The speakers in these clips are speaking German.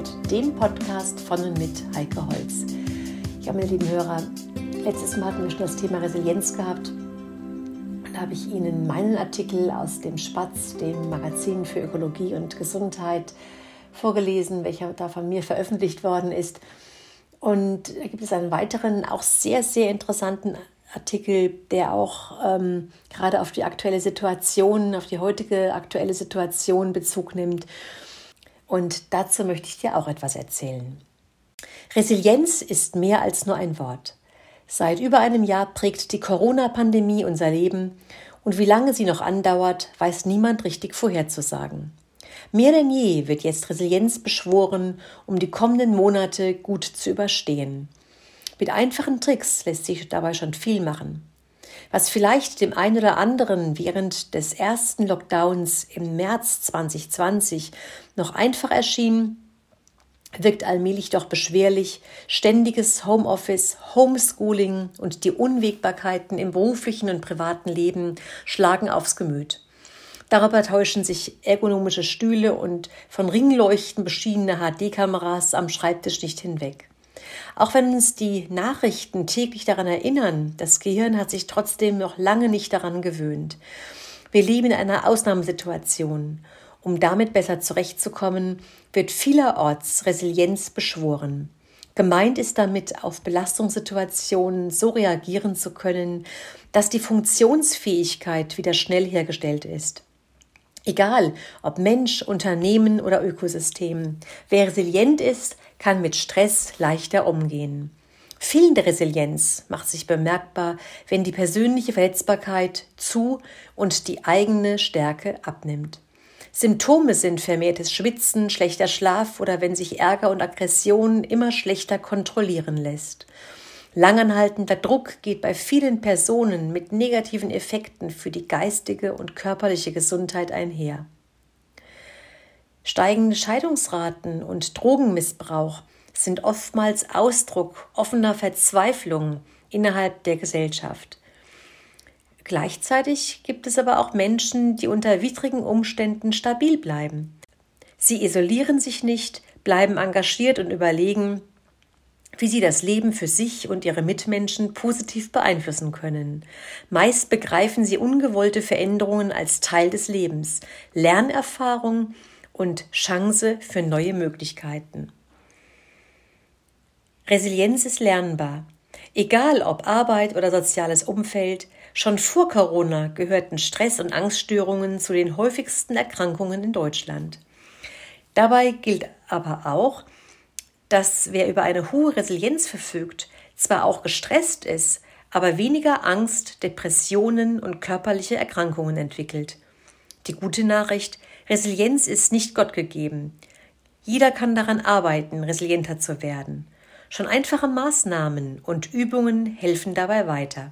Gesundheit, dem Podcast von und mit Heike Holz. Ja, meine lieben Hörer, letztes Mal hatten wir schon das Thema Resilienz gehabt. Da habe ich Ihnen meinen Artikel aus dem Spatz, dem Magazin für Ökologie und Gesundheit, vorgelesen, welcher da von mir veröffentlicht worden ist. Und da gibt es einen weiteren, auch sehr, sehr interessanten Artikel, der auch gerade auf die aktuelle Situation, auf die heutige aktuelle Situation Bezug nimmt. Und dazu möchte ich dir auch etwas erzählen. Resilienz ist mehr als nur ein Wort. Seit über einem Jahr prägt die Corona-Pandemie unser Leben und wie lange sie noch andauert, weiß niemand richtig vorherzusagen. Mehr denn je wird jetzt Resilienz beschworen, um die kommenden Monate gut zu überstehen. Mit einfachen Tricks lässt sich dabei schon viel machen. Was vielleicht dem einen oder anderen während des ersten Lockdowns im März 2020 noch einfach erschien, wirkt allmählich doch beschwerlich. Ständiges Homeoffice, Homeschooling und die Unwägbarkeiten im beruflichen und privaten Leben schlagen aufs Gemüt. Darüber täuschen sich ergonomische Stühle und von Ringleuchten beschienene HD-Kameras am Schreibtisch nicht hinweg. Auch wenn uns die Nachrichten täglich daran erinnern, das Gehirn hat sich trotzdem noch lange nicht daran gewöhnt. Wir leben in einer Ausnahmesituation. Um damit besser zurechtzukommen, wird vielerorts Resilienz beschworen. Gemeint ist damit, auf Belastungssituationen so reagieren zu können, dass die Funktionsfähigkeit wieder schnell hergestellt ist. Egal, ob Mensch, Unternehmen oder Ökosystem, wer resilient ist, kann mit Stress leichter umgehen. Fehlende Resilienz macht sich bemerkbar, wenn die persönliche Verletzbarkeit zu und die eigene Stärke abnimmt. Symptome sind vermehrtes Schwitzen, schlechter Schlaf oder wenn sich Ärger und Aggression immer schlechter kontrollieren lässt. Langanhaltender Druck geht bei vielen Personen mit negativen Effekten für die geistige und körperliche Gesundheit einher. Steigende Scheidungsraten und Drogenmissbrauch sind oftmals Ausdruck offener Verzweiflung innerhalb der Gesellschaft. Gleichzeitig gibt es aber auch Menschen, die unter widrigen Umständen stabil bleiben. Sie isolieren sich nicht, bleiben engagiert und überlegen, wie sie das Leben für sich und ihre Mitmenschen positiv beeinflussen können. Meist begreifen sie ungewollte Veränderungen als Teil des Lebens, Lernerfahrung und Chance für neue Möglichkeiten. Resilienz ist lernbar. Egal ob Arbeit oder soziales Umfeld, schon vor Corona gehörten Stress- und Angststörungen zu den häufigsten Erkrankungen in Deutschland. Dabei gilt aber auch, dass wer über eine hohe Resilienz verfügt, zwar auch gestresst ist, aber weniger Angst, Depressionen und körperliche Erkrankungen entwickelt. Die gute Nachricht: Resilienz ist nicht Gott gegeben. Jeder kann daran arbeiten, resilienter zu werden. Schon einfache Maßnahmen und Übungen helfen dabei weiter.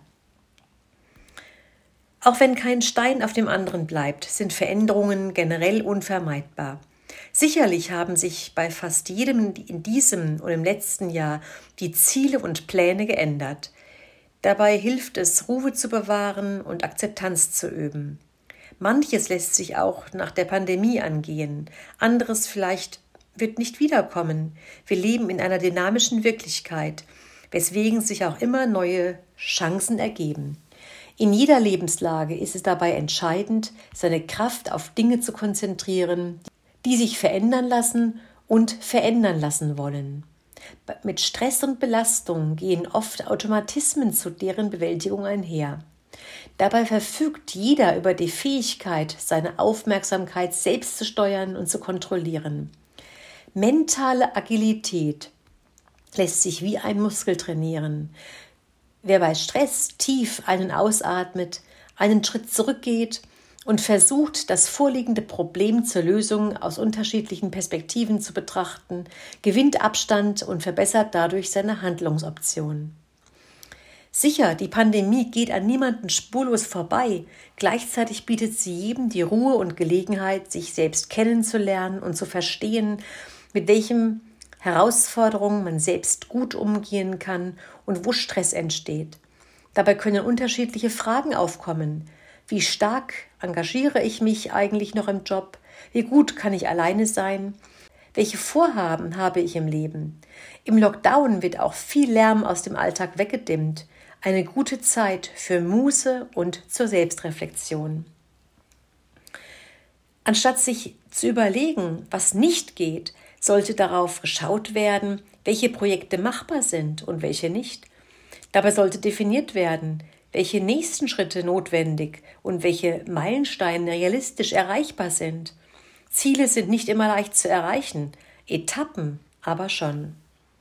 Auch wenn kein Stein auf dem anderen bleibt, sind Veränderungen generell unvermeidbar. Sicherlich haben sich bei fast jedem in diesem und im letzten Jahr die Ziele und Pläne geändert. Dabei hilft es, Ruhe zu bewahren und Akzeptanz zu üben. Manches lässt sich auch nach der Pandemie angehen, anderes vielleicht wird nicht wiederkommen. Wir leben in einer dynamischen Wirklichkeit, weswegen sich auch immer neue Chancen ergeben. In jeder Lebenslage ist es dabei entscheidend, seine Kraft auf Dinge zu konzentrieren, die sich verändern lassen und verändern lassen wollen. Mit Stress und Belastung gehen oft Automatismen zu deren Bewältigung einher. Dabei verfügt jeder über die Fähigkeit, seine Aufmerksamkeit selbst zu steuern und zu kontrollieren. Mentale Agilität lässt sich wie ein Muskel trainieren. Wer bei Stress tief einen ausatmet, einen Schritt zurückgeht und versucht, das vorliegende Problem zur Lösung aus unterschiedlichen Perspektiven zu betrachten, gewinnt Abstand und verbessert dadurch seine Handlungsoptionen. Sicher, die Pandemie geht an niemanden spurlos vorbei. Gleichzeitig bietet sie jedem die Ruhe und Gelegenheit, sich selbst kennenzulernen und zu verstehen, mit welchen Herausforderungen man selbst gut umgehen kann und wo Stress entsteht. Dabei können unterschiedliche Fragen aufkommen. Wie stark engagiere ich mich eigentlich noch im Job? Wie gut kann ich alleine sein? Welche Vorhaben habe ich im Leben? Im Lockdown wird auch viel Lärm aus dem Alltag weggedimmt. Eine gute Zeit für Muße und zur Selbstreflexion. Anstatt sich zu überlegen, was nicht geht, sollte darauf geschaut werden, welche Projekte machbar sind und welche nicht. Dabei sollte definiert werden, welche nächsten Schritte notwendig und welche Meilensteine realistisch erreichbar sind. Ziele sind nicht immer leicht zu erreichen, Etappen aber schon.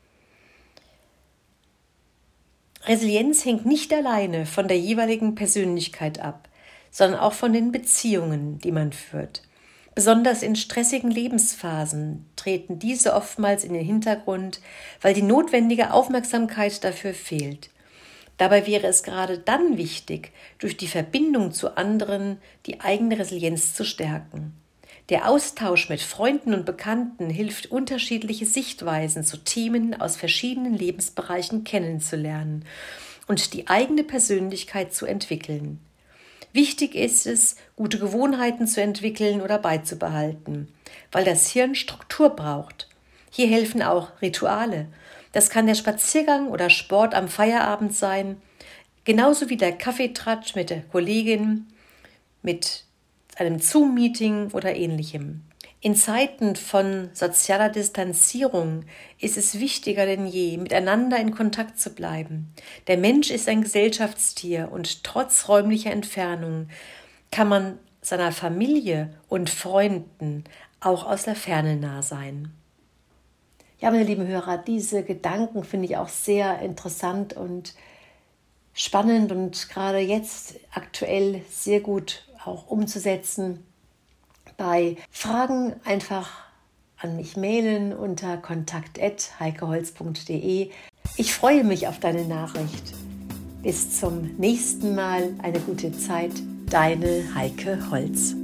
Resilienz hängt nicht alleine von der jeweiligen Persönlichkeit ab, sondern auch von den Beziehungen, die man führt. Besonders in stressigen Lebensphasen treten diese oftmals in den Hintergrund, weil die notwendige Aufmerksamkeit dafür fehlt. Dabei wäre es gerade dann wichtig, durch die Verbindung zu anderen die eigene Resilienz zu stärken. Der Austausch mit Freunden und Bekannten hilft, unterschiedliche Sichtweisen zu Themen aus verschiedenen Lebensbereichen kennenzulernen und die eigene Persönlichkeit zu entwickeln. Wichtig ist es, gute Gewohnheiten zu entwickeln oder beizubehalten, weil das Hirn Struktur braucht. Hier helfen auch Rituale. Das kann der Spaziergang oder Sport am Feierabend sein, genauso wie der Kaffeetratsch mit der Kollegin, mit einem Zoom-Meeting oder ähnlichem. In Zeiten von sozialer Distanzierung ist es wichtiger denn je, miteinander in Kontakt zu bleiben. Der Mensch ist ein Gesellschaftstier und trotz räumlicher Entfernung kann man seiner Familie und Freunden auch aus der Ferne nah sein. Ja, meine lieben Hörer, diese Gedanken finde ich auch sehr interessant und spannend und gerade jetzt aktuell sehr gut auch umzusetzen. Bei Fragen einfach an mich mailen unter kontakt@heikeholz.de. Ich freue mich auf deine Nachricht. Bis zum nächsten Mal. Eine gute Zeit. Deine Heike Holz.